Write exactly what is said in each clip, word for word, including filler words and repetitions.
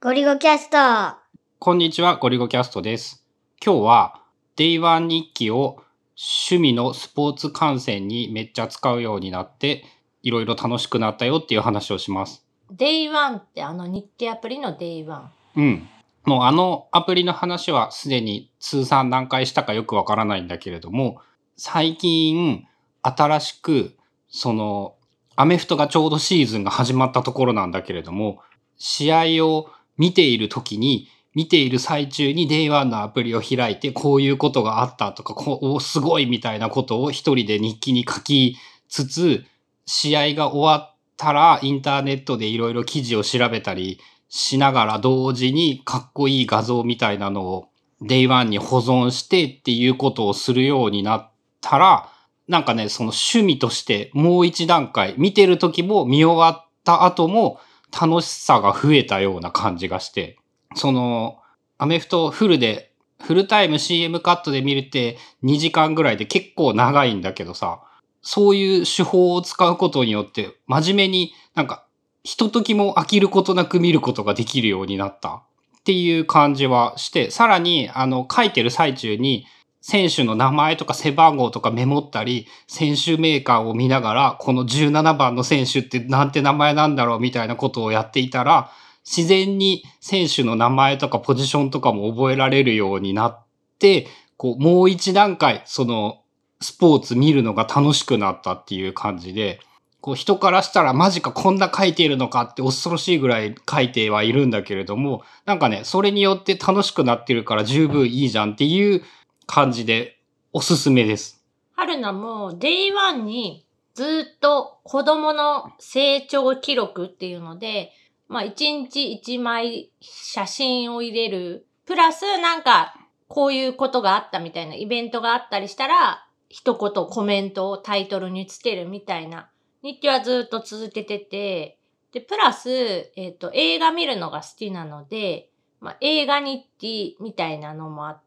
ゴリゴキャスト。 こんにちは、ゴリゴキャストです。今日はデイワン日記を趣味のスポーツ観戦にめっちゃ使うようになっていろいろ楽しくなったよっていう話をします。 デイワンってあの日記アプリのデイワン。うん。もうあのアプリの話はすでに通算何回したかよくわからないんだけれども、最近新しくそのアメフトがちょうどシーズンが始まったところなんだけれども、試合を見ている時に見ている最中にデイワンのアプリを開いてこういうことがあったとか、こうすごいみたいなことを一人で日記に書きつつ、試合が終わったらインターネットでいろいろ記事を調べたりしながら同時にかっこいい画像みたいなのをデイワンに保存してっていうことをするようになったら、なんかね、その趣味としてもう一段階見てる時も見終わった後も楽しさが増えたような感じがして、そのアメフトフルでフルタイム シーエム カットで見るってにじかんぐらいで結構長いんだけどさ、そういう手法を使うことによって真面目になんかひとときも飽きることなく見ることができるようになったっていう感じはして、さらにあの書いてる最中に選手の名前とか背番号とかメモったり、選手メーカーを見ながら、このじゅうななばんの選手ってなんて名前なんだろうみたいなことをやっていたら、自然に選手の名前とかポジションとかも覚えられるようになって、こうもう一段階そのスポーツ見るのが楽しくなったっていう感じで、こう人からしたらマジかこんな書いているのかって恐ろしいぐらい書いてはいるんだけれども、なんかね、それによって楽しくなってるから十分いいじゃんっていう感じでおすすめです。 春菜もデイワンにずっと子供の成長記録っていうので、まあ一日一枚写真を入れる。プラスなんかこういうことがあったみたいなイベントがあったりしたら、一言コメントをタイトルにつけるみたいな日記はずっと続けてて、で、プラス、えっと、映画見るのが好きなので、まあ映画日記みたいなのもあって、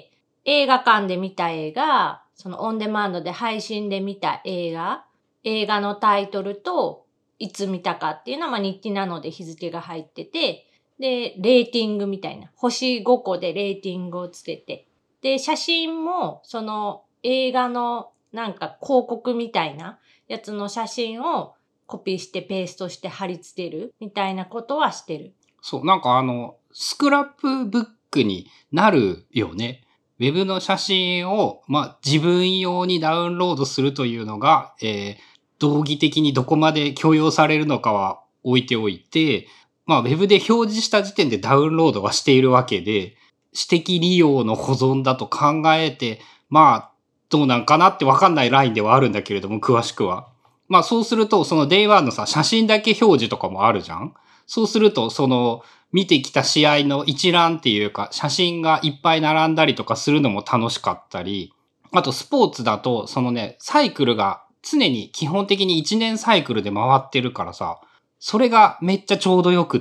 映画館で見た映画、そのオンデマンドで配信で見た映画、映画のタイトルといつ見たかっていうのはまあ日記なので日付が入ってて、で、レーティングみたいな、星ごこでレーティングをつけて、で、写真もその映画のなんか広告みたいなやつの写真をコピーしてペーストして貼り付けるみたいなことはしてる。 そう、なんかあの、スクラップブックになるよね。ウェブの写真を、まあ、自分用にダウンロードするというのが、えー、道義的にどこまで許容されるのかは置いておいて、まあ、ウェブで表示した時点でダウンロードはしているわけで、私的利用の保存だと考えて、まあ、どうなんかなってわかんないラインではあるんだけれども、詳しくは。まあ、そうすると、その デイワン のさ、写真だけ表示とかもあるじゃん？そうすると、その、見てきた試合の一覧っていうか、写真がいっぱい並んだりとかするのも楽しかったり、あとスポーツだと、そのね、サイクルが常に基本的にいちねんサイクルで回ってるからさ、それがめっちゃちょうどよくって、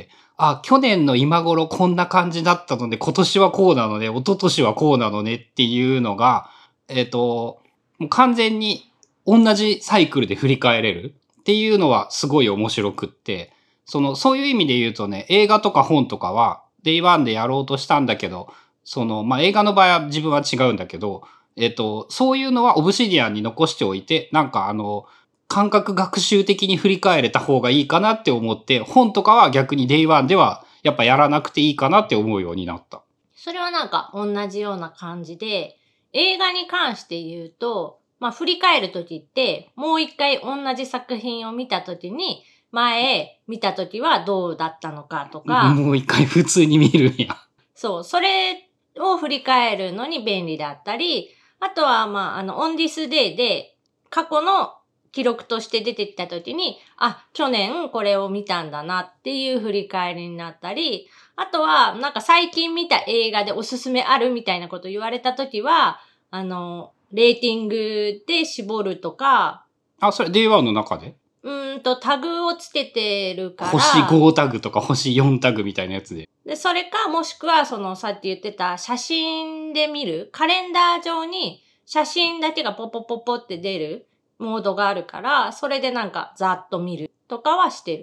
あ、去年の今頃こんな感じだったので、今年はこうなのね、一昨年はこうなのねっていうのが、えっと、もう完全に同じサイクルで振り返れるっていうのはすごい面白くって、その、そういう意味で言うとね、映画とか本とかは、デイワンでやろうとしたんだけど、その、まあ、映画の場合は自分は違うんだけど、えっと、そういうのはオブシディアンに残しておいて、なんかあの、感覚学習的に振り返れた方がいいかなって思って、本とかは逆にデイワンではやっぱやらなくていいかなって思うようになった。 それはなんか同じような感じで、映画に関して言うと、まあ振り返るときって、もう一回同じ作品を見たときに、前見たときはどうだったのかとか。 もう一回普通に見るんや。 そう、それを振り返るのに便利だったり、あとはまあ、あの、オンディスデイで過去の記録として出てきたときに、あ、去年これを見たんだなっていう振り返りになったり、あとはなんか最近見た映画でおすすめあるみたいなこと言われたときは、あの、レーティングで絞るとか。 あ、それ デイワン の中で？ うーんと、タグをつけてるから。 星ごタグとか星よんタグみたいなやつで。 で、それか、もしくは、その、さっき言ってた写真で見る、カレンダー上に写真だけがポポポポって出るモードがあるから、それでなんかざっと見るとかはしてる。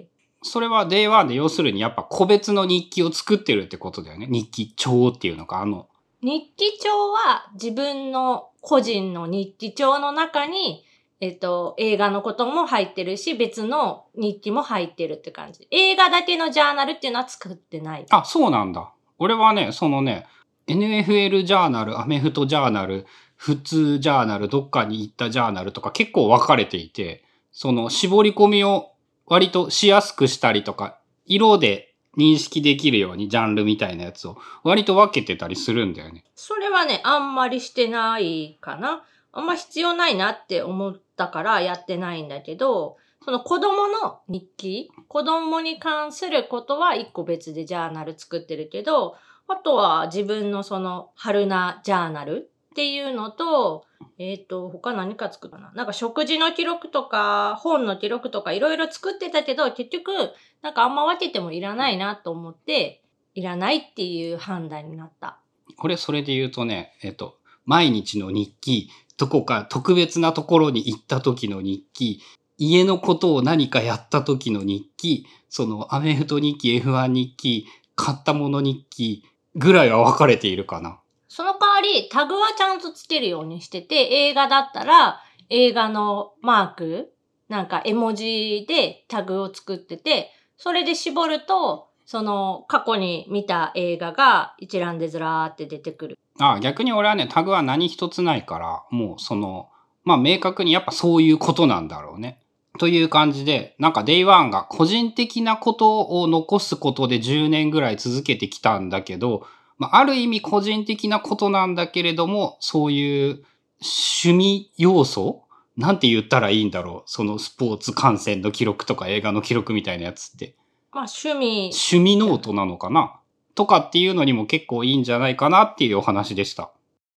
それは デイワン で要するにやっぱ個別の日記を作ってるってことだよね。日記帳っていうのか、あの。 日記帳は自分の個人の日記帳の中に、えっと、映画のことも入ってるし、別の日記も入ってるって感じ。映画だけのジャーナルっていうのは作ってない。 あ、そうなんだ。俺はね、そのね、エヌエフエル ジャーナル、アメフトジャーナル、普通ジャーナル、どっかに行ったジャーナルとか結構分かれていて、その絞り込みを割としやすくしたりとか、色で認識できるようにジャンルみたいなやつを割と分けてたりするんだよね。 それはね、あんまりしてないかな。あんま必要ないなって思ったからやってないんだけど、その子供の日記、子供に関することは一個別でジャーナル作ってるけど、あとは自分のその春菜ジャーナルっていうのと、えっと、他何か作ったかな。なんか食事の記録とか、本の記録とかいろいろ作ってたけど、結局、なんかあんま分けてもいらないなと思って、いらないっていう判断になった。 これそれで言うとね、えっと、毎日の日記、どこか特別なところに行った時の日記、家のことを何かやった時の日記、そのアメフト日記、エフワン 日記、買ったもの日記ぐらいは分かれているかな。 その代わりタグはちゃんとつけるようにしてて、映画だったら映画のマーク、なんか絵文字でタグを作ってて、それで絞ると、その過去に見た映画が一覧でずらーって出てくる。 あ、逆に俺はね、タグは何一つないから、もうその、まあ明確にやっぱそういうことなんだろうね。という感じで、なんか デイワン が個人的なことを残すことでじゅうねんぐらい続けてきたんだけど、まあ、ある意味個人的なことなんだけれども、そういう趣味要素なんて言ったらいいんだろう。そのスポーツ観戦の記録とか映画の記録みたいなやつって。 まあ趣味。 趣味ノートなのかなとかっていうのにも結構いいんじゃないかなっていうお話でした。